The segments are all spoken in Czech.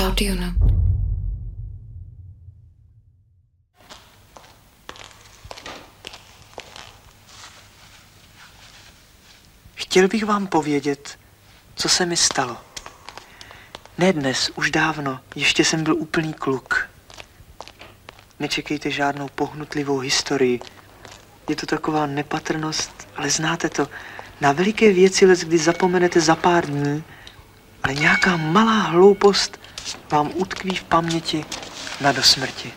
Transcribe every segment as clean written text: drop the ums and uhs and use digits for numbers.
Audio Note. Chtěl bych vám povědět, co se mi stalo. Ne dnes, už dávno, ještě jsem byl úplný kluk. Nečekejte žádnou pohnutlivou historii. Je to taková nepatrnost, ale znáte to. Na veliké věci leckdy zapomenete za pár dní, ale nějaká malá hloupost vám utkví v paměti na dosmrti.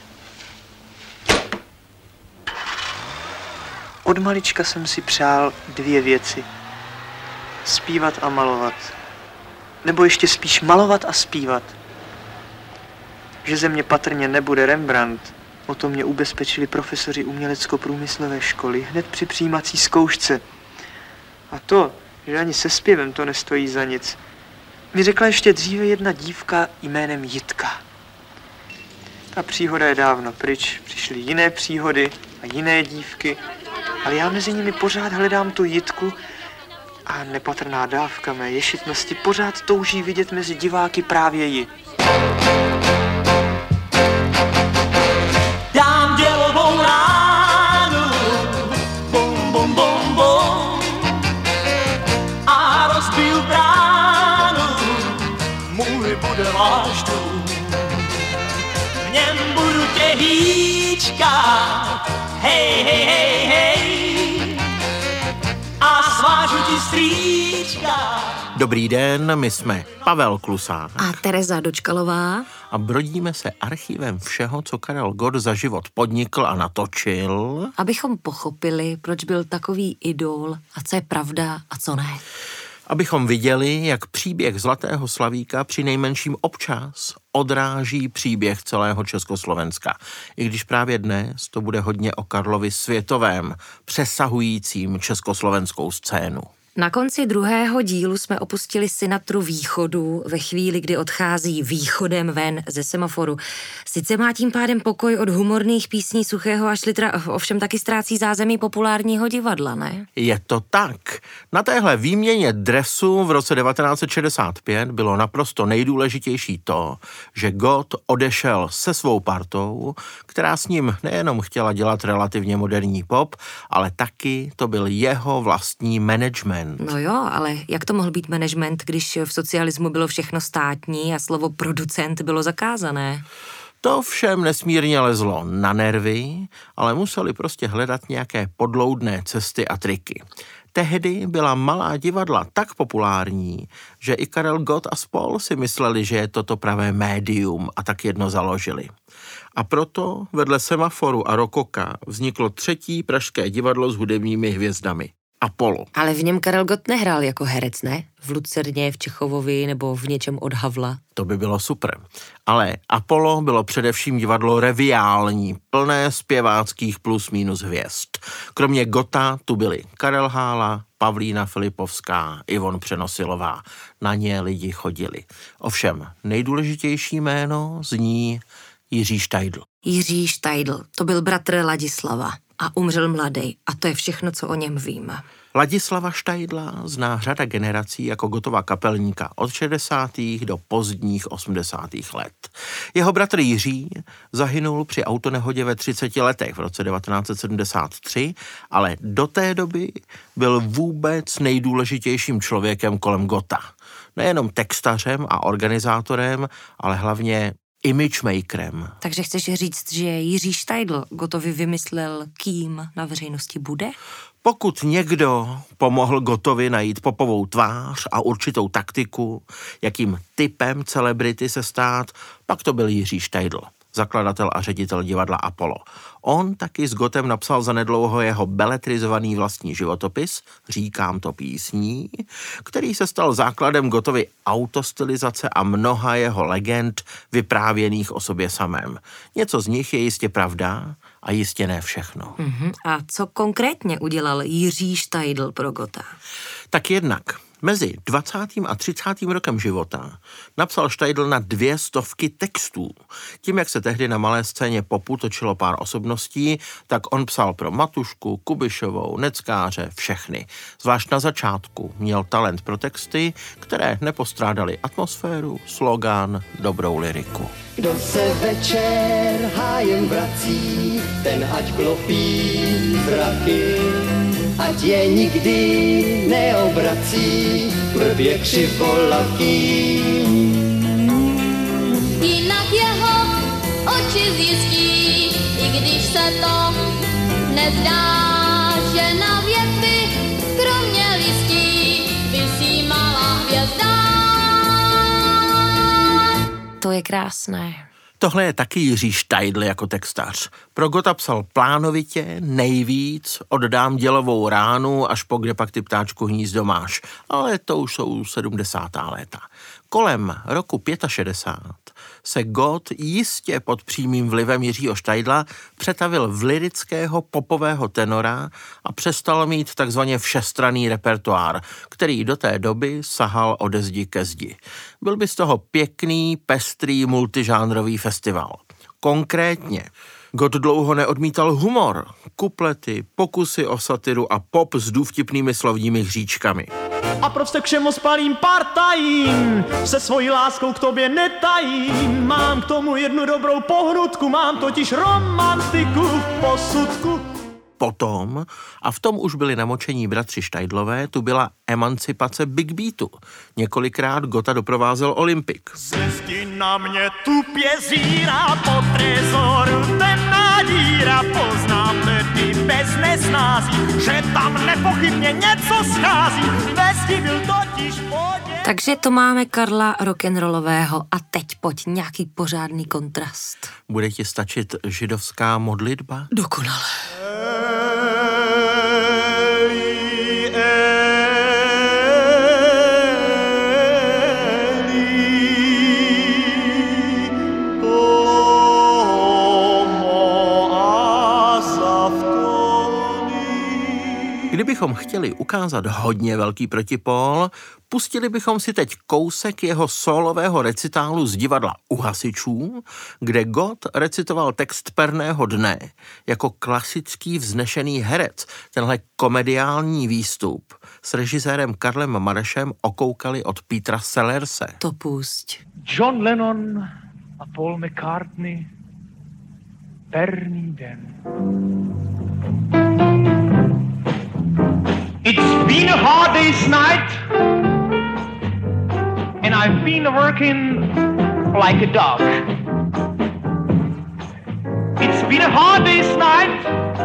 Od malička jsem si přál dvě věci. Zpívat a malovat. Nebo ještě spíš malovat a zpívat. Že ze mě patrně nebude Rembrandt, o tom mě ubezpečili profesoři umělecko-průmyslové školy hned při přijímací zkoušce. A to, že ani se zpěvem to nestojí za nic, mi řekla ještě dříve jedna dívka jménem Jitka. Ta příhoda je dávno pryč, přišly jiné příhody a jiné dívky, ale já mezi nimi pořád hledám tu Jitku a nepatrná dávka mé ješitnosti pořád touží vidět mezi diváky právě ji. Dám dělovou ránu, bum, bum, bum, bum, a rozbiju bránu, můj bude váš dům. V něm budu tě hýčkat, hej, hej, hej, hej, a svážu ti strýčka. Dobrý den, my jsme Pavel Klusák a Tereza Dočkalová a brodíme se archivem všeho, co Karel Gott za život podnikl a natočil. Abychom pochopili, proč byl takový idol a co je pravda a co ne. Abychom viděli, jak příběh Zlatého slavíka přinejmenším občas odráží příběh celého Československa. I když právě dnes to bude hodně o Karlovi Světovém, přesahujícím československou scénu. Na konci druhého dílu jsme opustili Sinatru východu ve chvíli, kdy odchází východem ven ze semaforu. Sice má tím pádem pokoj od humorných písní Suchého a Šlitra, ovšem taky ztrácí zázemí populárního divadla, ne? Je to tak. Na téhle výměně dresu v roce 1965 bylo naprosto nejdůležitější to, že Gott odešel se svou partou, která s ním nejenom chtěla dělat relativně moderní pop, ale taky to byl jeho vlastní management. No jo, ale jak to mohl být management, když v socialismu bylo všechno státní a slovo producent bylo zakázané? To všem nesmírně lezlo na nervy, ale museli prostě hledat nějaké podloudné cesty a triky. Tehdy byla malá divadla tak populární, že i Karel Gott a spol si mysleli, že je toto pravé médium a tak jedno založili. A proto vedle Semaforu a Rokoka vzniklo třetí pražské divadlo s hudebními hvězdami. Apollo. Ale v něm Karel Gott nehrál jako herec, ne? V Lucerně, v Čechovovi nebo v něčem od Havla. To by bylo super. Ale Apollo bylo především divadlo reviální, plné zpěváckých plus minus hvězd. Kromě Gotta tu byli Karel Hála, Pavlína Filipovská, Ivon Přenosilová. Na ně lidi chodili. Ovšem, nejdůležitější jméno zní Jiří Štajdl. Jiří Štajdl, to byl bratr Ladislava a umřel mladý. A to je všechno, co o něm vím. Ladislava Štajdla zná řada generací jako Gottova kapelníka od 60. do pozdních 80. let. Jeho bratr Jiří zahynul při autonehodě ve 30 letech v roce 1973, ale do té doby byl vůbec nejdůležitějším člověkem kolem Gotta. Nejenom textařem a organizátorem, ale hlavně imagemakerem. Takže chceš říct, že Jiří Štajdl Gottovi vymyslel, kým na veřejnosti bude? Pokud někdo pomohl Gottovi najít popovou tvář a určitou taktiku, jakým typem celebrity se stát, pak to byl Jiří Štajdl, zakladatel a ředitel divadla Apollo. On taky s Gottem napsal zanedlouho jeho beletrizovaný vlastní životopis, Říkám to písní, který se stal základem Gottovy autostylizace a mnoha jeho legend vyprávěných o sobě samém. Něco z nich je jistě pravda a jistě ne všechno. A co konkrétně udělal Jiří Štajdl pro Gotta? Tak jednak Mezi 20. a 30. rokem života napsal Steidl na 200 textů. Tím, jak se tehdy na malé scéně popu točilo pár osobností, tak on psal pro Matušku, Kubišovou, Neckáře, všechny. Zvlášť na začátku měl talent pro texty, které nepostrádaly atmosféru, slogan, dobrou lyriku. Kdo se večer hájem vrací, ten ať klopí zraky, ať je nikdy neobrací, blbě křivolatý. Jinak jeho oči zjistí, i když se to nezdá, že na větvi kromě listí visí malá hvězda. To je krásné. Tohle je taky Jiří Steidl jako textař. Pro Gotta psal plánovitě, nejvíc, oddám dělovou ránu, až po kde pak ty ptáčku hnízdo máš. Ale to už jsou 70. léta. Kolem roku 65 se Gott jistě pod přímým vlivem Jiřího Steidla přetavil v lyrického popového tenora a přestal mít takzvaně všestranný repertoár, který do té doby sahal ode zdi ke zdi. Byl by z toho pěkný, pestrý, multižánrový festival. Konkrétně Gott dlouho neodmítal humor, kuplety, pokusy o satiru a pop s důvtipnými slovními hříčkami. A proč se kšemo spalým partajím, se svojí láskou k tobě netajím. Mám k tomu jednu dobrou pohnutku, mám totiž romantiku v posudku. Potom, a v tom už byli namočení bratři Steidlové, tu byla emancipace Big Beatu. Několikrát Gotta doprovázel Olympik. Zjistí na mě tupě zírá po trezoru, temná díra, poznám tedy bez nesnází, že tam nepochybně něco schází, vestibil totiž poděl. Takže to máme Karla rock'n'rollového a teď pojď nějaký pořádný kontrast. Bude ti stačit židovská modlitba? Dokonale. Kdybychom chtěli ukázat hodně velký protipól, pustili bychom si teď kousek jeho sólového recitálu z divadla U hasičů, kde Gott recitoval text Perného dne jako klasický vznešený herec. Tenhle komediální výstup s režisérem Karlem Marešem okoukali od Petra Sellerse. To pusť. John Lennon a Paul McCartney, Perný den. It's been a hard day's night, and I've been working like a dog. It's been a hard day's night,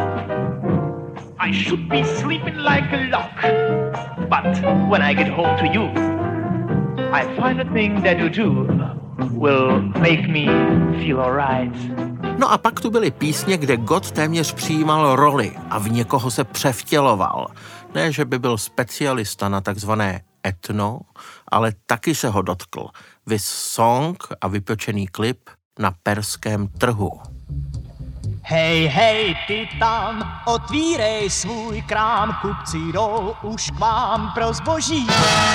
I should be sleeping like a log. But when I get home to you, I find a thing that you do will make me feel alright. No a pak tu byly písně, kde Gott téměř přijímal roli a v někoho se převtěloval. Ne, že by byl specialista na takzvané etno, ale taky se ho dotkl. Vis song a vypočený klip na perském trhu. Hej, hej, ty tam, otvírej svůj krám, kupci jdou už k vám pro zboží.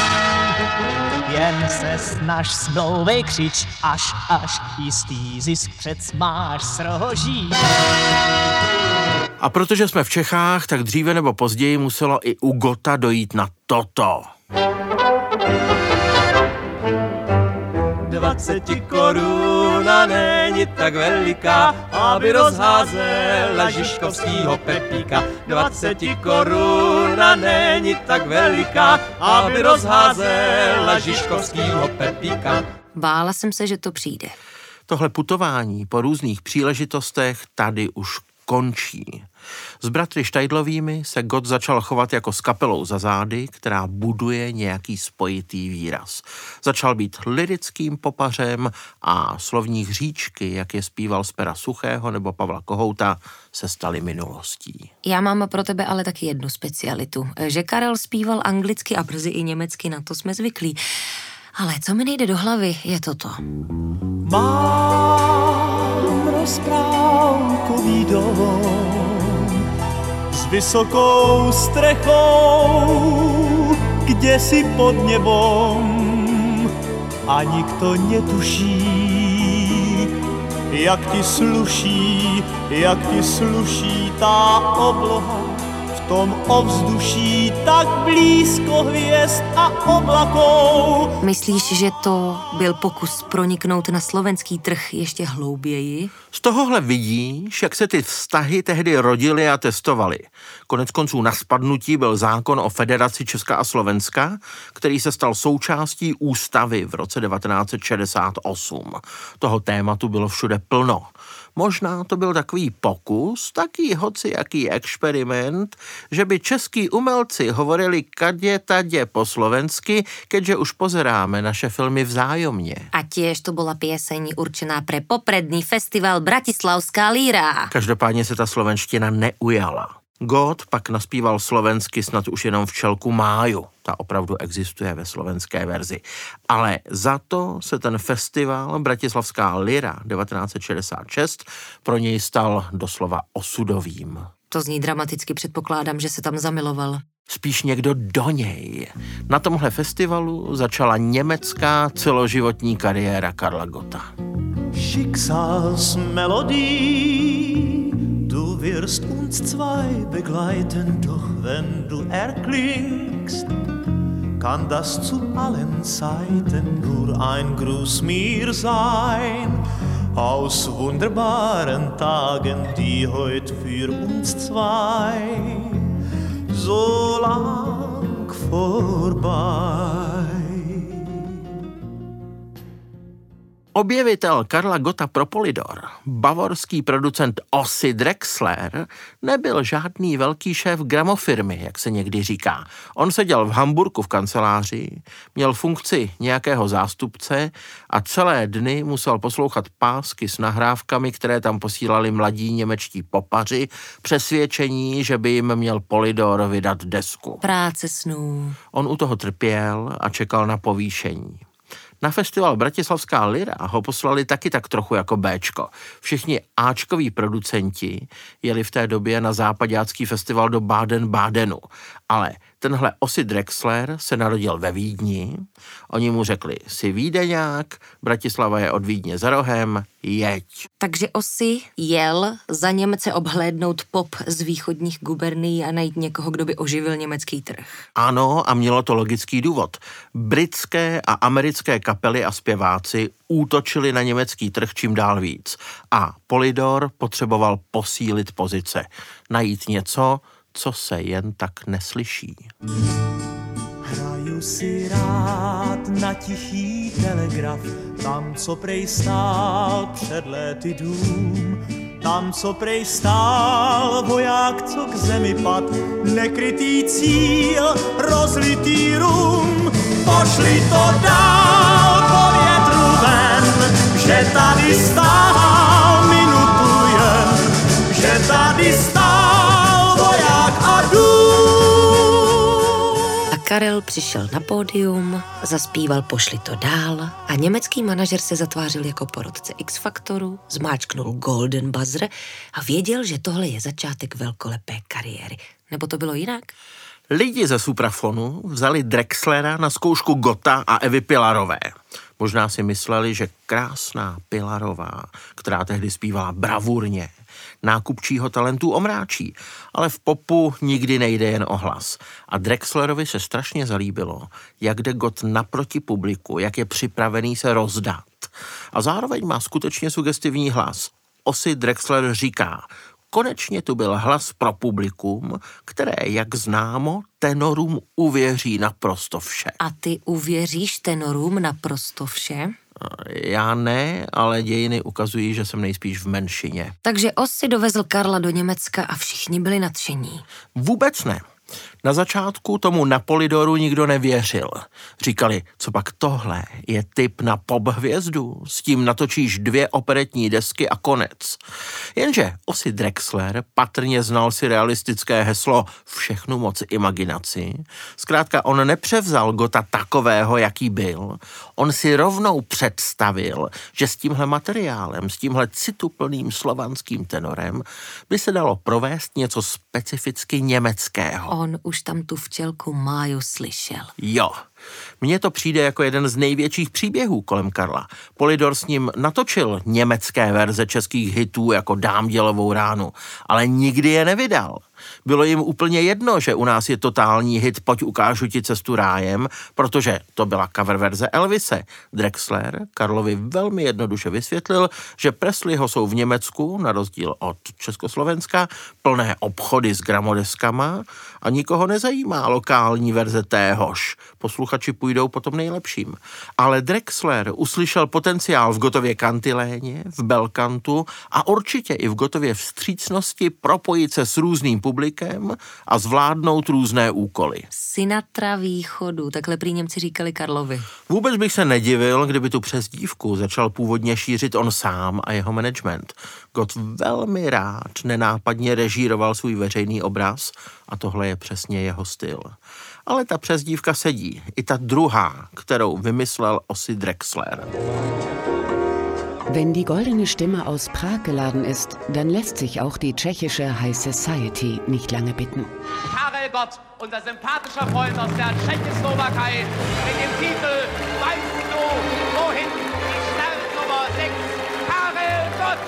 Jen se snaž smlouvej křič, až jistý zisk předsmáš s roží. A protože jsme v Čechách, tak dříve nebo později muselo i u Gotta dojít na toto. 20 koruna není tak veliká, aby rozházela Žižkovskýho Pepíka. 20 koruna není tak veliká, aby rozházela Žižkovskýho Pepíka. Bála jsem se, že to přijde. Tohle putování po různých příležitostech tady už končí. S bratry Steidlovými se Gott začal chovat jako s kapelou za zády, která buduje nějaký spojitý výraz. Začal být lyrickým popařem a slovní hříčky, jak je zpíval z pera Suchého nebo Pavla Kohouta, se staly minulostí. Já mám pro tebe ale taky jednu specialitu. Že Karel zpíval anglicky a brzy i německy, na to jsme zvyklí. Ale co mi nejde do hlavy, je toto. Mám rozprávkový dom s vysokou strechou, kdesi pod nebom a nikto netuší, jak ti sluší tá obloha v tom ovzduší tak blízko hvězd a oblakov. Myslíš, že to byl pokus proniknout na slovenský trh ještě hlouběji? Z tohohle vidíš, jak se ty vztahy tehdy rodily a testovaly. Koneckonců na spadnutí byl zákon o Federaci Česka a Slovenska, který se stal součástí ústavy v roce 1968. Toho tématu bylo všude plno. Možná to byl takový pokus, taký hocijaký experiment, že by český umelci hovorili kadě tadě po slovensky, keďže už pozeráme naše filmy vzájomně. A tiež to bola pieseň určená pre popredný festival Bratislavská líra. Každopádně se ta slovenština neujala. Gott pak naspíval slovensky snad už jenom včelku Máju. Ta opravdu existuje ve slovenské verzi. Ale za to se ten festival Bratislavská líra 1966 pro něj stal doslova osudovým. To zní dramaticky, předpokládám, že se tam zamiloval. Spíš někdo do něj. Na tomhle festivalu začala německá celoživotní kariéra Karla Gotta. Schicksalsmelodie, du wirst uns zwei begleiten, doch wenn du erklingst, kann das zu allen Zeiten nur ein Gruß mir sein, aus wunderbaren Tagen, die heut für uns zwei so lang vorbei. Objevitel Karla Gotta pro Polydor, bavorský producent Ossi Drexler, nebyl žádný velký šéf gramofirmy, jak se někdy říká. On seděl v Hamburku v kanceláři, měl funkci nějakého zástupce a celé dny musel poslouchat pásky s nahrávkami, které tam posílali mladí němečtí popaři, přesvědčení, že by jim měl Polydor vydat desku. Práce snů. On u toho trpěl a čekal na povýšení. Na festival Bratislavská líra ho poslali taky tak trochu jako Béčko. Všichni áčkoví producenti jeli v té době na zápaďácký festival do Baden-Badenu. Ale tenhle Ossi Drexler se narodil ve Vídni. Oni mu řekli, jsi Vídeňák, Bratislava je od Vídně za rohem, jeď. Takže Ossi jel za Němce obhlédnout pop z východních gubernií a najít někoho, kdo by oživil německý trh. Ano, a mělo to logický důvod. Britské a americké kapely a zpěváci útočili na německý trh čím dál víc. A Polydor potřeboval posílit pozice. Najít něco, co se jen tak neslyší. Hraju si rád na tichý telegraf, tam, co prej stál před léty dům. Tam, co prej stál voják, co k zemi pad, nekrytý cíl, rozlitý rum. Pošli to dál po větru ven, že tady stál minutu jen, že tady stál voják a dům. A Karel přišel na pódium, zaspíval Pošli to dál a německý manažer se zatvářil jako porodce X-Faktoru, zmáčknul Golden Buzzer a věděl, že tohle je začátek velkolepé kariéry. Nebo to bylo jinak? Lidi ze Suprafonu vzali Drexlera na zkoušku Gotta a Evy Pilarové. Možná si mysleli, že krásná Pilarová, která tehdy zpívala bravurně, nákupčího talentu omráčí, ale v popu nikdy nejde jen o hlas. A Drexlerovi se strašně zalíbilo, jak jde Gott naproti publiku, jak je připravený se rozdat. A zároveň má skutečně sugestivní hlas. Ossi Drexler říká, konečně tu byl hlas pro publikum, které, jak známo, tenorům uvěří naprosto vše. A ty uvěříš tenorům naprosto vše? Já ne, ale dějiny ukazují, že jsem nejspíš v menšině. Takže Ossi dovezl Karla do Německa a všichni byli nadšení. Vůbec ne. Na začátku tomu na Polydoru nikdo nevěřil. Říkali, co pak tohle je typ na pop hvězdu, s tím natočíš 2 operetní desky a konec. Jenže Ossi Drexler patrně znal si realistické heslo všechnu moc imaginaci. Zkrátka on nepřevzal Gotta takového, jaký byl. On si rovnou představil, že s tímhle materiálem, s tímhle cituplným slovanským tenorem by se dalo provést něco specificky německého. on už tam tu včelku Máju slyšel. Jo. Mně to přijde jako jeden z největších příběhů kolem Karla. Polydor s ním natočil německé verze českých hitů jako Dám dělovou ránu, ale nikdy je nevydal. Bylo jim úplně jedno, že u nás je totální hit Pojď ukážu ti cestu rájem, protože to byla cover verze Elvise. Drexler Karlovi velmi jednoduše vysvětlil, že Presleyho jsou v Německu, na rozdíl od Československa, plné obchody s gramodeskama a nikoho nezajímá lokální verze téhož. Posluchači půjdou po tom nejlepším. Ale Drexler uslyšel potenciál v Gottově kantiléně, v belkantu a určitě i v Gottově vstřícnosti propojit se s různým publikem a zvládnout různé úkoly. Sinatra východu, takhle prý Němci říkali Karlovi. Vůbec bych se nedivil, kdyby tu přezdívku začal původně šířit on sám a jeho management. Gott velmi rád nenápadně režíroval svůj veřejný obraz a tohle je přesně jeho styl. Ale ta přezdívka sedí, i ta druhá, kterou vymyslel Ossi Drexler. Wenn die goldene Stimme aus Prag geladen ist, dann lässt sich auch die tschechische High Society nicht lange bitten. Karel Gott, unser sympathischer Freund aus der Tschechoslowakei, mit dem Titel Weißt du, wohin die Startnummer 6, Karel Gott!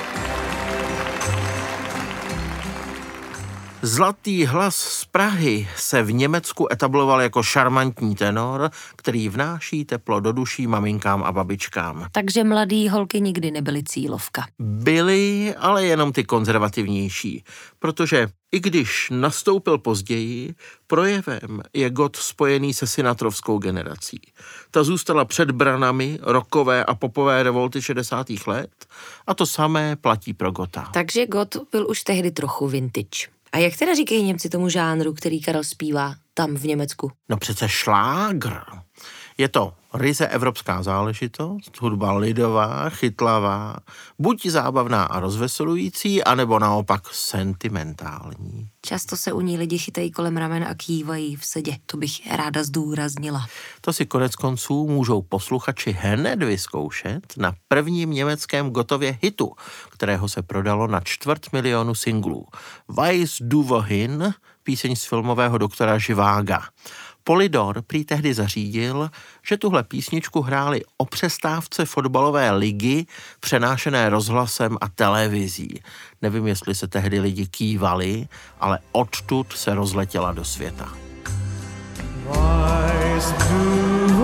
Zlatý hlas z Prahy se v Německu etabloval jako šarmantní tenor, který vnáší teplo do duší maminkám a babičkám. Takže mladý holky nikdy nebyly cílovka. Byly, ale jenom ty konzervativnější, protože i když nastoupil později, projevem je Gott spojený se sinatrovskou generací. Ta zůstala před branami rockové a popové revolty 60. let a to samé platí pro Gotta. Takže Gott byl už tehdy trochu vintage. A jak teda říkají Němci tomu žánru, který Karel zpívá tam v Německu? No přece šlágr. Je to ryze evropská záležitost, hudba lidová, chytlavá, buď zábavná a rozveselující, anebo naopak sentimentální. Často se u ní lidi chytají kolem ramen a kývají v sedě, to bych ráda zdůraznila. To si konec konců můžou posluchači hned vyzkoušet na prvním německém Gottově hitu, kterého se prodalo na 250 000 singlů. Weißt du wohin, píseň z filmového doktora Živága. Polydor prý tehdy zařídil, že tuhle písničku hráli o přestávce fotbalové ligy, přenášené rozhlasem a televizí. Nevím, jestli se tehdy lidi kývali, ale odtud se rozletěla do světa. Weißt du,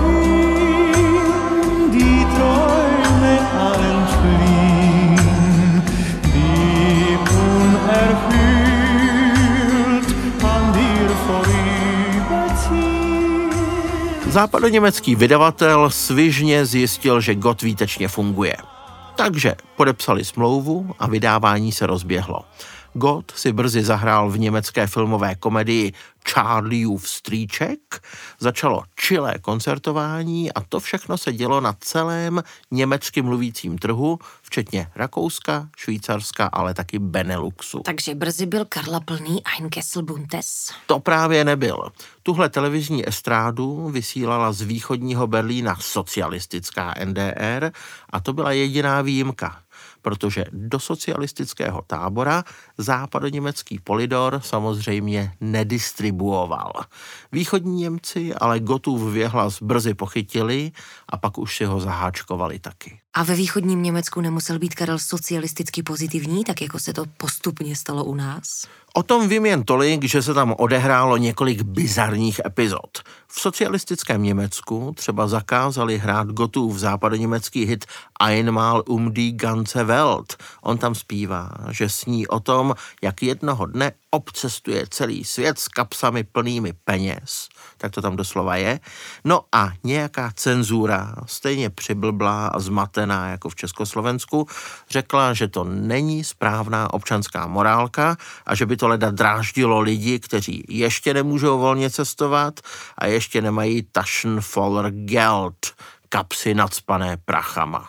wohin die Träume allen fliehen, die unerfüllt an dir vorüberziehen. Západoněmecký vydavatel svižně zjistil, že Gott výtečně funguje. Takže podepsali smlouvu a vydávání se rozběhlo. Gott si brzy zahrál v německé filmové komedii Charliův strýček, začalo čilé koncertování a to všechno se dělo na celém německy mluvícím trhu, včetně Rakouska, Švýcarska, ale taky Beneluxu. Takže brzy byl Karla plný Ein Kessel Buntes. To právě nebyl. Tuhle televizní estrádu vysílala z východního Berlína socialistická NDR a to byla jediná výjimka, protože do socialistického tábora západoněmecký Polydor samozřejmě nedistribuoval. Východní Němci ale Gottův věhlas brzy pochytili a pak už si ho zaháčkovali taky. A ve východním Německu nemusel být Karel socialisticky pozitivní, tak jako se to postupně stalo u nás? O tom vím jen tolik, že se tam odehrálo několik bizarních epizod. V socialistickém Německu třeba zakázali hrát Gottův západoněmecký hit Einmal die ganze Welt. On tam zpívá, že sní o tom, jak jednoho dne obcestuje celý svět s kapsami plnými peněz. Tak to tam doslova je. No a nějaká cenzura, stejně přiblblá a zmatená jako v Československu, řekla, že to není správná občanská morálka a že by to leda dráždilo lidi, kteří ještě nemůžou volně cestovat a ještě nemají Taschen voller Geld, kapsy nacpané prachama.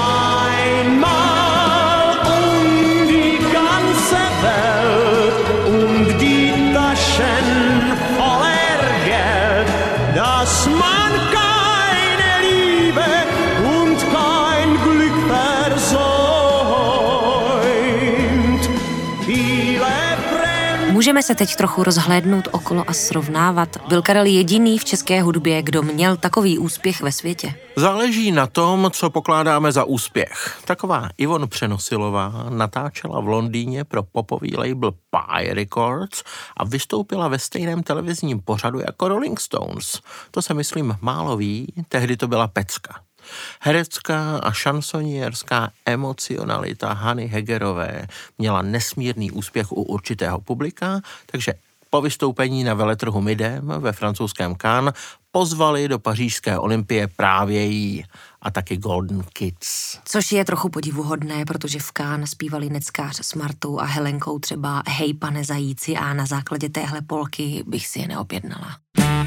Einmal die ganze Welt die Taschen voller Geld, dass man keine Liebe und kein Glück versäumt. Můžeme se teď trochu rozhlédnout okolo a srovnávat. Byl Karel jediný v české hudbě, kdo měl takový úspěch ve světě? Záleží na tom, co pokládáme za úspěch. Taková Ivon Přenosilová natáčela v Londýně pro popový label Pie Records a vystoupila ve stejném televizním pořadu jako Rolling Stones. To se myslím málo ví, tehdy to byla pecka. Herecká a šansonierská emocionalita Hany Hegerové měla nesmírný úspěch u určitého publika, takže po vystoupení na veletrhu Midem ve francouzském Cannes pozvali do pařížské olympie právě jí a taky Golden Kids. Což je trochu podivuhodné, protože v Cannes zpívali Neckář s Martou a Helenkou třeba Hej pane zajíci a na základě téhle polky bych si je neobjednala.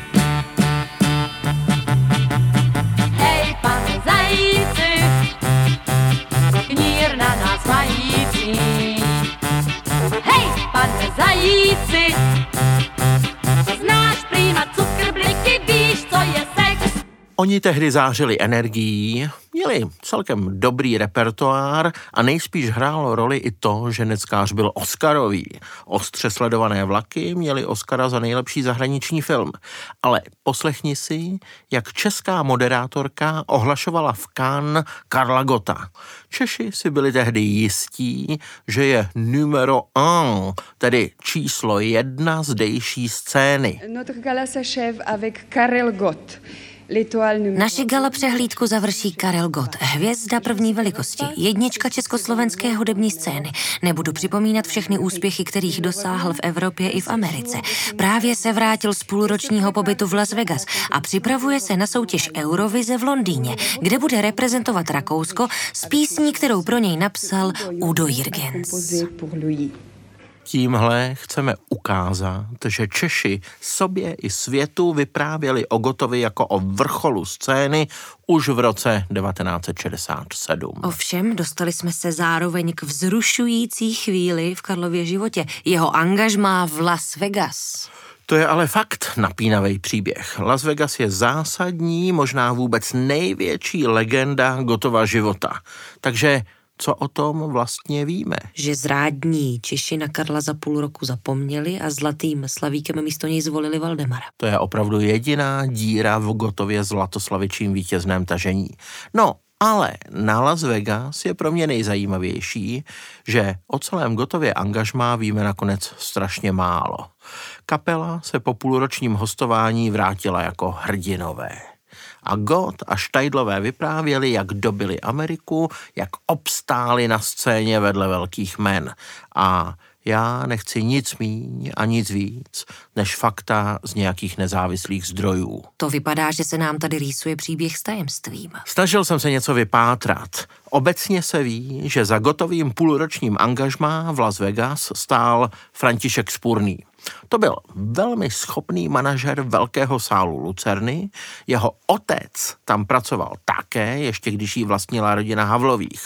Hej, pane zajíci, knír na nás mající. Hej, pane zajíci, znáš prýma cukrbliky, víš, co je sex? Oni tehdy zářili energií, měli celkem dobrý repertoár a nejspíš hrálo roli i to, že Neckář byl Oscarový. Ostře sledované vlaky měli Oscara za nejlepší zahraniční film. Ale poslechni si, jak česká moderátorka ohlašovala v Cannes Karla Gotta. Češi si byli tehdy jistí, že je numero 1, tedy číslo 1 zdejší scény. Notre gala s'achève avec Karel Gott. Naši gala přehlídku završí Karel Gott, hvězda první velikosti, jednička československé hudební scény. Nebudu připomínat všechny úspěchy, kterých dosáhl v Evropě i v Americe. Právě se vrátil z půlročního pobytu v Las Vegas a připravuje se na soutěž Eurovize v Londýně, kde bude reprezentovat Rakousko s písní, kterou pro něj napsal Udo Jürgens. Tímhle chceme ukázat, že Češi sobě i světu vyprávěli o Gottovi jako o vrcholu scény už v roce 1967. Ovšem, dostali jsme se zároveň k vzrušující chvíli v Karlově životě. Jeho angažmá v Las Vegas. To je ale fakt napínavý příběh. Las Vegas je zásadní, možná vůbec největší legenda Gottova života. Takže co o tom vlastně víme? Že zrádní Češi na Karla za půl roku zapomněli a zlatým slavíkem místo něj zvolili Valdemara. To je opravdu jediná díra v Gottově zlatoslavičím vítězném tažení. No, ale na Las Vegas je pro mě nejzajímavější, že o celém Gottově angažmá víme nakonec strašně málo. Kapela se po půlročním hostování vrátila jako hrdinové. A Gott a Štajdlové vyprávěli, jak dobili Ameriku, jak obstáli na scéně vedle velkých men. A já nechci nic míň a nic víc, než fakta z nějakých nezávislých zdrojů. To vypadá, že se nám tady rýsuje příběh s tajemstvím. Snažil jsem se něco vypátrat. Obecně se ví, že za Gottovým půlročním angažmá v Las Vegas stál František Spurný. To byl velmi schopný manažer velkého sálu Lucerny, jeho otec tam pracoval také, ještě když jí vlastnila rodina Havlových.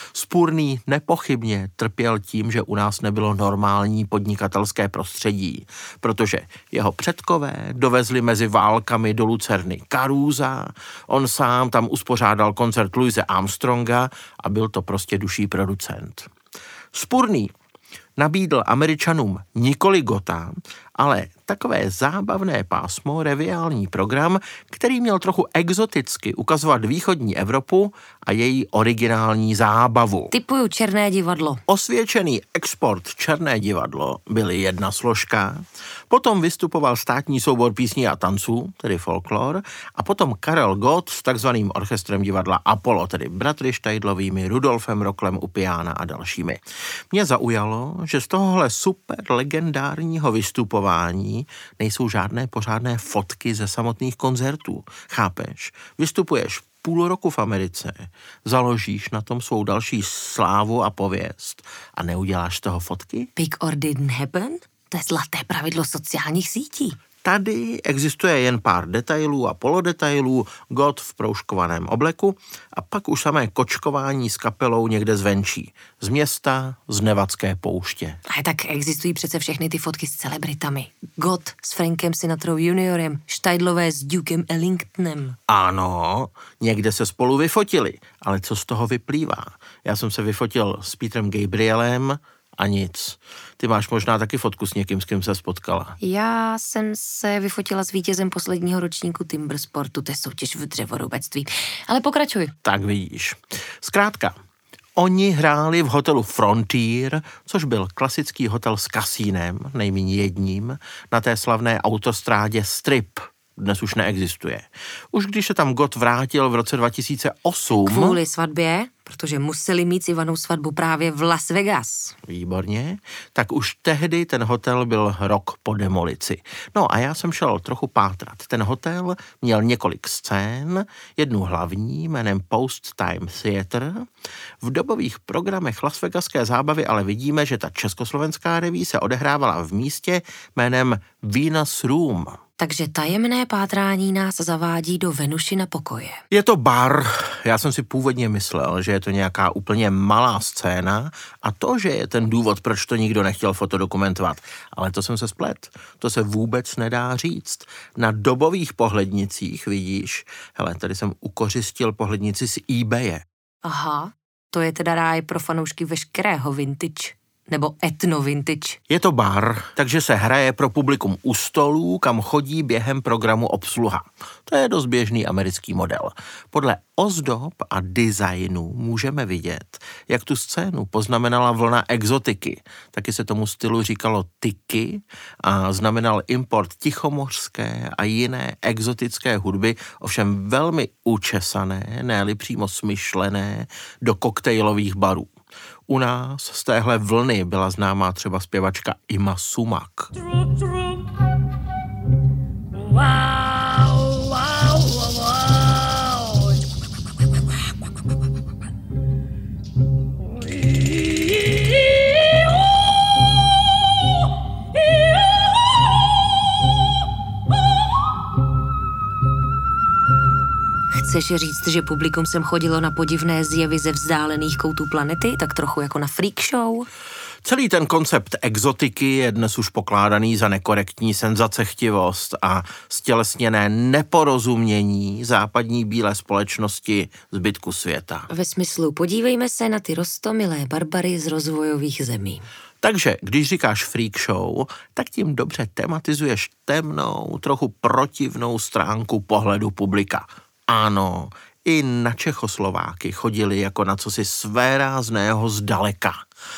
Spurný nepochybně trpěl tím, že u nás nebylo normální podnikatelské prostředí, protože jeho předkové dovezli mezi válkami do Lucerny Carusa, on sám tam uspořádal koncert Louise Armstronga a byl to prostě duší producent. Spurný nabídl Američanům nikoli Gotta, ale takové zábavné pásmo, reviální program, který měl trochu exoticky ukazovat východní Evropu a její originální zábavu. Tipuju Černé divadlo. Osvědčený export Černé divadlo byly jedna složka, potom vystupoval státní soubor písní a tanců, tedy folklor, a potom Karel Gott s takzvaným orchestrem divadla Apollo, tedy bratry Štajdlovými, Rudolfem Roklem u piana a dalšími. Mě zaujalo, že z tohohle super legendárního vystupování nejsou žádné pořádné fotky ze samotných koncertů. Chápeš? Vystupuješ půl roku v Americe, založíš na tom svou další slávu a pověst a neuděláš z toho fotky? Big or didn't happen? To je zlaté pravidlo sociálních sítí. Tady existuje jen pár detailů a polodetailů, Gott v proužkovaném obleku a pak už samé kočkování s kapelou někde zvenčí. Z města, z Nevadské pouště. A tak existují přece všechny ty fotky s celebritami. Gott s Frankem Sinatrou juniorem, Štajdlové s Dukem Ellingtonem. Ano, někde se spolu vyfotili, ale co z toho vyplývá? Já jsem se vyfotil s Petrem Gabrielem A nic. Ty máš možná taky fotku s někým, s kým se spotkala. Já jsem se vyfotila s vítězem posledního ročníku Timbersportu, to je soutěž v dřevorubectví. Ale pokračuj. Tak vidíš. Zkrátka, oni hráli v hotelu Frontier, což byl klasický hotel s kasínem, nejméně jedním, na té slavné autostrádě Strip. Dnes už neexistuje. Už když se tam Gott vrátil v roce 2008... Kvůli svatbě, protože museli mít s Ivanou svatbu právě v Las Vegas. Výborně. Tak už tehdy ten hotel byl rok po demolici. No a já jsem šel trochu pátrat. Ten hotel měl několik scén, jednu hlavní jménem Post Time Theater. V dobových programech Las Vegaské zábavy ale vidíme, že ta československá reví se odehrávala v místě jménem Venus Room. Takže tajemné pátrání nás zavádí do Venušina pokoje. Je to bar. Já jsem si původně myslel, že je to nějaká úplně malá scéna a to, že je ten důvod, proč to nikdo nechtěl fotodokumentovat. Ale to jsem se splet. To se vůbec nedá říct. Na dobových pohlednicích vidíš, hele, tady jsem ukořistil pohlednici z eBaye. Aha, to je teda ráj pro fanoušky veškerého vintage. Nebo etno vintage. Je to bar, takže se hraje pro publikum u stolů, kam chodí během programu obsluha. To je dost běžný americký model. Podle ozdob a designu můžeme vidět, jak tu scénu poznamenala vlna exotiky. Taky se tomu stylu říkalo tiki a znamenal import tichomořské a jiné exotické hudby, ovšem velmi učesané, ne-li přímo smyšlené, do koktejlových barů. U nás z téhle vlny byla známá třeba zpěvačka Ima Sumak. Chceš říct, že publikum sem chodilo na podivné zjevy ze vzdálených koutů planety, tak trochu jako na freak show? Celý ten koncept exotiky je dnes už pokládaný za nekorektní senzacechtivost a stělesněné neporozumění západní bílé společnosti zbytku světa. Ve smyslu, podívejme se na ty roztomilé barbary z rozvojových zemí. Takže, když říkáš freak show, tak tím dobře tematizuješ temnou, trochu protivnou stránku pohledu publika. Ano, i na Čechoslováky chodili jako na cosi svérázného zdaleka.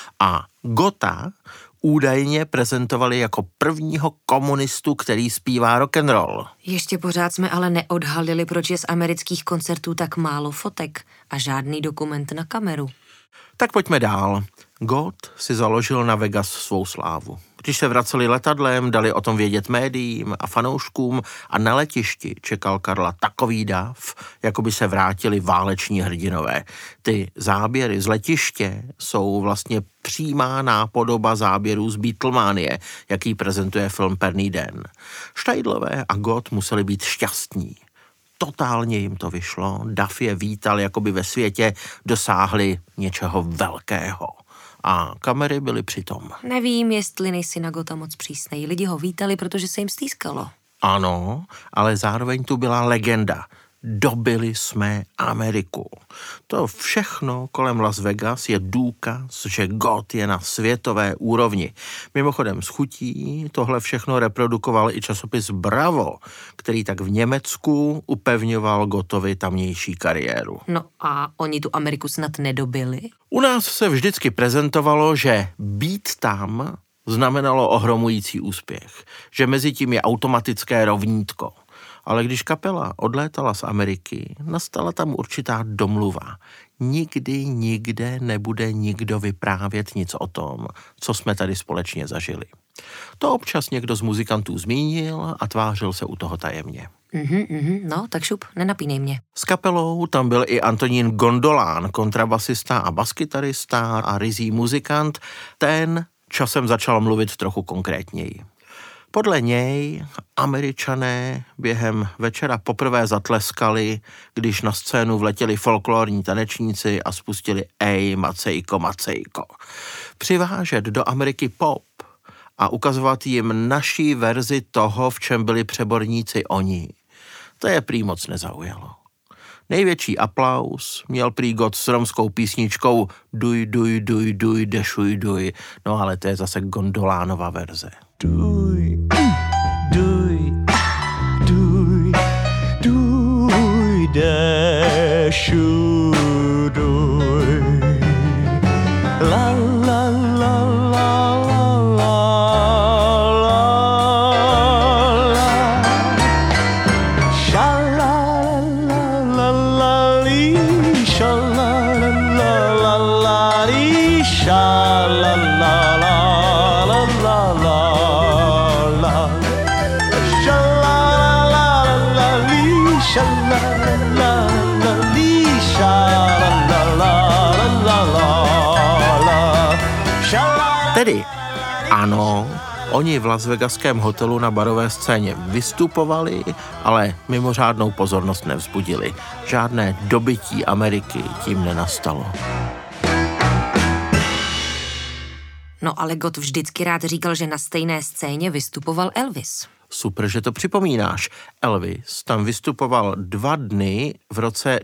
A Gotta údajně prezentovali jako prvního komunistu, který zpívá rock'n'roll. Ještě pořád jsme ale neodhalili, proč je z amerických koncertů tak málo fotek a žádný dokument na kameru. Tak pojďme dál. Gott si založil na Vegas svou slávu. Když se vraceli letadlem, dali o tom vědět médiím a fanouškům a na letišti čekal Karla takový dav, jako by se vrátili váleční hrdinové. Ty záběry z letiště jsou vlastně přímá nápodoba záběrů z Beatlemanie, jaký prezentuje film Perný den. Štajdlové a Gott museli být šťastní. Totálně jim to vyšlo, dav je vítal, jako by ve světě dosáhli něčeho velkého. A kamery byly přitom. Nevím, jestli nejsi na Gotta moc přísnej. Lidi ho vítali, protože se jim stýskalo. Ano, ale zároveň tu byla legenda. Dobili jsme Ameriku. To všechno kolem Las Vegas je důkaz, že Gott je na světové úrovni. Mimochodem z chutí tohle všechno reprodukoval i časopis Bravo, který tak v Německu upevňoval Gottovi tamnější kariéru. No a oni tu Ameriku snad nedobili? U nás se vždycky prezentovalo, že být tam znamenalo ohromující úspěch, že mezi tím je automatické rovnítko. Ale když kapela odlétala z Ameriky, nastala tam určitá domluva. Nikdy, nikde nebude nikdo vyprávět nic o tom, co jsme tady společně zažili. To občas někdo z muzikantů zmínil a tvářil se u toho tajemně. No, tak šup, nenapínej mě. S kapelou tam byl i Antonín Gondolán, kontrabasista a baskytarista a ryzí muzikant. Ten časem začal mluvit trochu konkrétněji. Podle něj Američané během večera poprvé zatleskali, když na scénu vletěli folklorní tanečníci a spustili Ej, Macejko, Macejko. Přivážet do Ameriky pop a ukazovat jim naší verzi toho, v čem byli přeborníci oni, to je prý moc nezaujalo. Největší aplaus měl prý Gott s romskou písničkou Duj, duj, duj, duj, dešuj, duj. No ale to je zase Gondolánova verze. Duj, duj, duj, duj, dešuj, duj. La, la, la, la, la, la, la. Sha, la, la, la, la, li, sha, la, la, la, la, li, sha, la, la, la, la, la, la. Sha, la, la, la, li, sha, la, la, la, li, sha, la, la, la, la. Tedy ano, oni v lasvegaském hotelu na barové scéně vystupovali, ale mimořádnou pozornost nevzbudili. Žádné dobytí Ameriky tím nenastalo. No ale Gott vždycky rád říkal, že na stejné scéně vystupoval Elvis. Super, že to připomínáš. Elvis tam vystupoval 2 dny v roce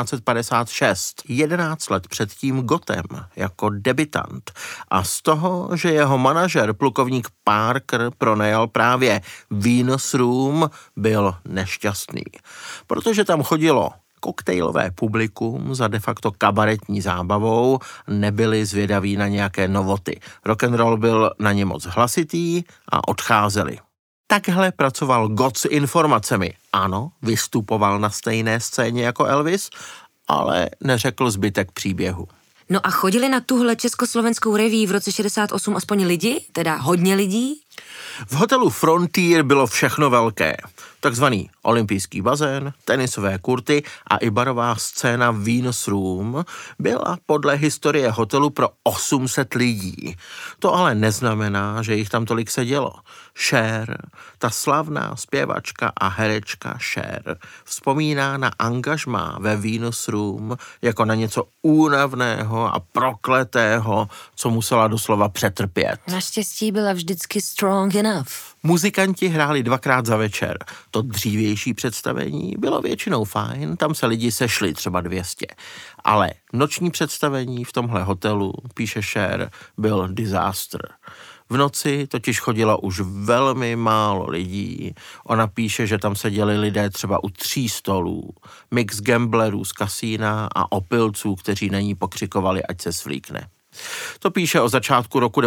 1956, 11 let předtím Gottem, jako debutant. A z toho, že jeho manažer, plukovník Parker, pronajal právě Venus Room, byl nešťastný. Protože tam chodilo koktejlové publikum za de facto kabaretní zábavou, nebyli zvědaví na nějaké novoty. Rock'n'roll byl na ně moc hlasitý a odcházeli. Takhle pracoval Gott s informacemi. Ano, vystupoval na stejné scéně jako Elvis, ale neřekl zbytek příběhu. No a chodili na tuhle československou reví v roce 68 aspoň lidi, teda hodně lidí? V hotelu Frontier bylo všechno velké. Takzvaný olympijský bazén, tenisové kurty a i barová scéna Venus Room byla podle historie hotelu pro 800 lidí. To ale neznamená, že jich tam tolik sedělo. Cher, ta slavná zpěvačka a herečka Cher, vzpomíná na angažmá ve Venus Room jako na něco únavného a prokletého, co musela doslova přetrpět. Naštěstí byla vždycky strong enough. Muzikanti hráli 2krát za večer. To dřívější představení bylo většinou fajn, tam se lidi sešli třeba 200. Ale noční představení v tomhle hotelu, píše Cher, byl disaster. V noci totiž chodilo už velmi málo lidí. Ona píše, že tam seděli lidé třeba u 3 stolů. Mix gamblerů z kasína a opilců, kteří na ní pokřikovali, ať se svlíkne. To píše o začátku roku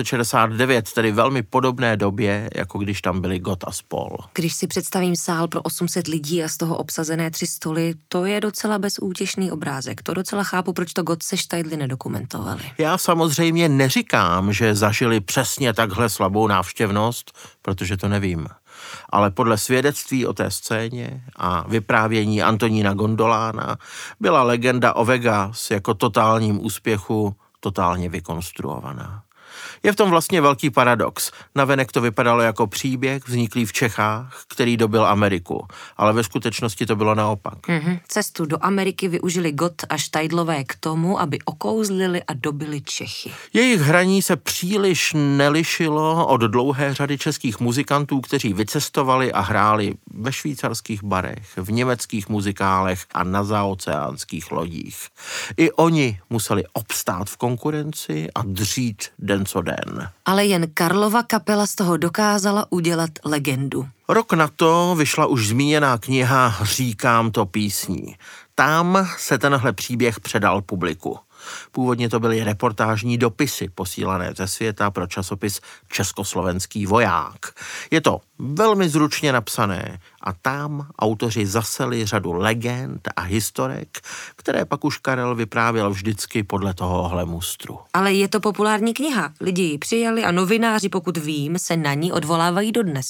1969, tedy velmi podobné době, jako když tam byli Gott a spol. Když si představím sál pro 800 lidí a z toho obsazené 3 stoly, to je docela bezútěšný obrázek. To docela chápu, proč to Gott se Štajdly nedokumentovali. Já samozřejmě neříkám, že zažili přesně takhle slabou návštěvnost, protože to nevím. Ale podle svědectví o té scéně a vyprávění Antonína Gondolána byla legenda o Vegas jako totálním úspěchu totálně vykonstruovaná. Je v tom vlastně velký paradox. Navenek to vypadalo jako příběh vzniklý v Čechách, který dobil Ameriku, ale ve skutečnosti to bylo naopak. Cestu do Ameriky využili Gott a Štajdlové k tomu, aby okouzlili a dobili Čechy. Jejich hraní se příliš nelišilo od dlouhé řady českých muzikantů, kteří vycestovali a hráli ve švýcarských barech, v německých muzikálech a na zaoceánských lodích. I oni museli obstát v konkurenci a dřít den co den. Ale jen Karlova kapela z toho dokázala udělat legendu. Rok na to vyšla už zmíněná kniha Říkám to písní. Tam se tenhle příběh předal publiku. Původně to byly reportážní dopisy posílané ze světa pro časopis Československý voják. Je to velmi zručně napsané a tam autoři zaseli řadu legend a historek, které pak už Karel vyprávěl vždycky podle tohohle mustru. Ale je to populární kniha. Lidi ji přijali a novináři, pokud vím, se na ní odvolávají dodnes.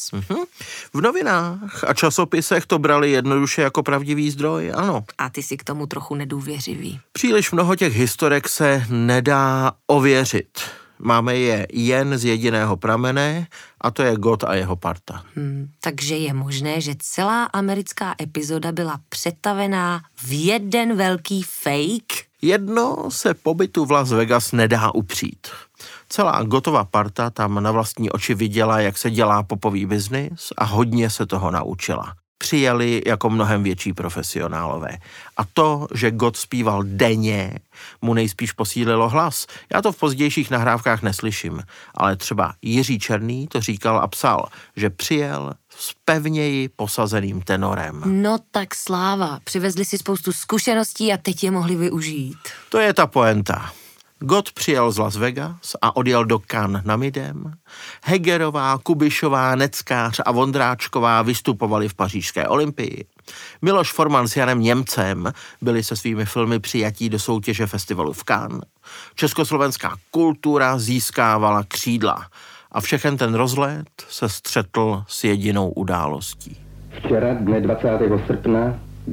V novinách a časopisech to brali jednoduše jako pravdivý zdroj, ano. A ty si k tomu trochu nedůvěřivý. Příliš mnoho těch historek se nedá ověřit. Máme je jen z jediného pramene a to je Gott a jeho parta. Takže je možné, že celá americká epizoda byla přetavená v jeden velký fake? Jedno se pobytu v Las Vegas nedá upřít. Celá Gottova parta tam na vlastní oči viděla, jak se dělá popový biznis a hodně se toho naučila. přijali jako mnohem větší profesionálové. A to, že Gott zpíval denně, mu nejspíš posílilo hlas. Já to v pozdějších nahrávkách neslyším, ale třeba Jiří Černý to říkal a psal, že přijel s pevněji posazeným tenorem. No tak sláva, přivezli si spoustu zkušeností a teď je mohli využít. To je ta poenta. Gott přijel z Las Vegas a odjel do Cannes na Midem. Hegerová, Kubišová, Neckář a Vondráčková vystupovali v pařížské Olympii. Miloš Forman s Janem Němcem byli se svými filmy přijatí do soutěže festivalu v Cannes. Československá kultura získávala křídla a všechen ten rozlet se střetl s jedinou událostí. Včera, dne 20. srpna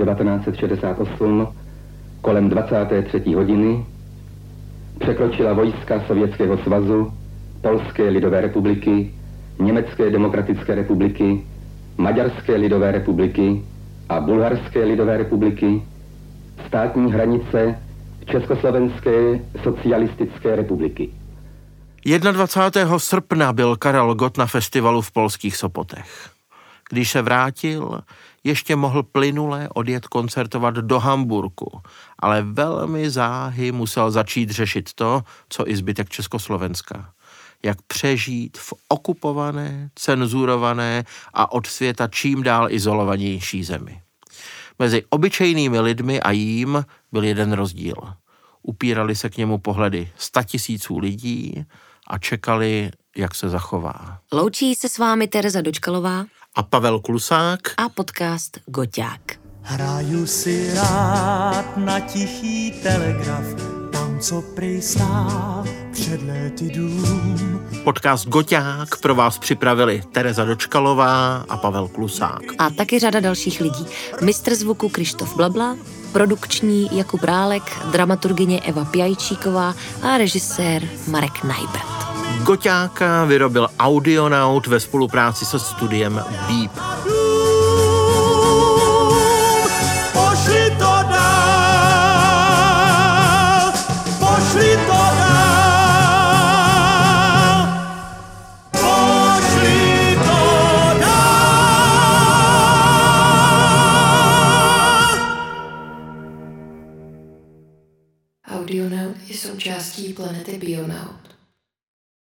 1968, kolem 23. hodiny, překročila vojska Sovětského svazu, Polské lidové republiky, Německé demokratické republiky, Maďarské lidové republiky a Bulharské lidové republiky státní hranice Československé socialistické republiky. 21. srpna byl Karel Gott na festivalu v polských Sopotech. Když se vrátil, ještě mohl plynule odjet koncertovat do Hamburku, ale velmi záhy musel začít řešit to, co i zbytek Československa. Jak přežít v okupované, cenzurované a od světa čím dál izolovanější zemi. Mezi obyčejnými lidmi a jím byl jeden rozdíl. Upírali se k němu pohledy 100 000 lidí a čekali, jak se zachová. Loučí se s vámi Tereza Dočkalová a Pavel Klusák a podcast Goťák. Hraju si rád na tichý telegraf, tam, co prý stál před léty dům. Podcast Goťák pro vás připravili Tereza Dočkalová a Pavel Klusák. A taky řada dalších lidí. Mistr zvuku Krištof Blabla, produkční Jakub Rálek, dramaturgyně Eva Pjajčíková a režisér Marek Najbrt. Goťáka vyrobil Audionaut ve spolupráci se studiem Beep. Pošli to dál, pošli to dál, pošli to dál. Audionaut je součástí planety Bionaut.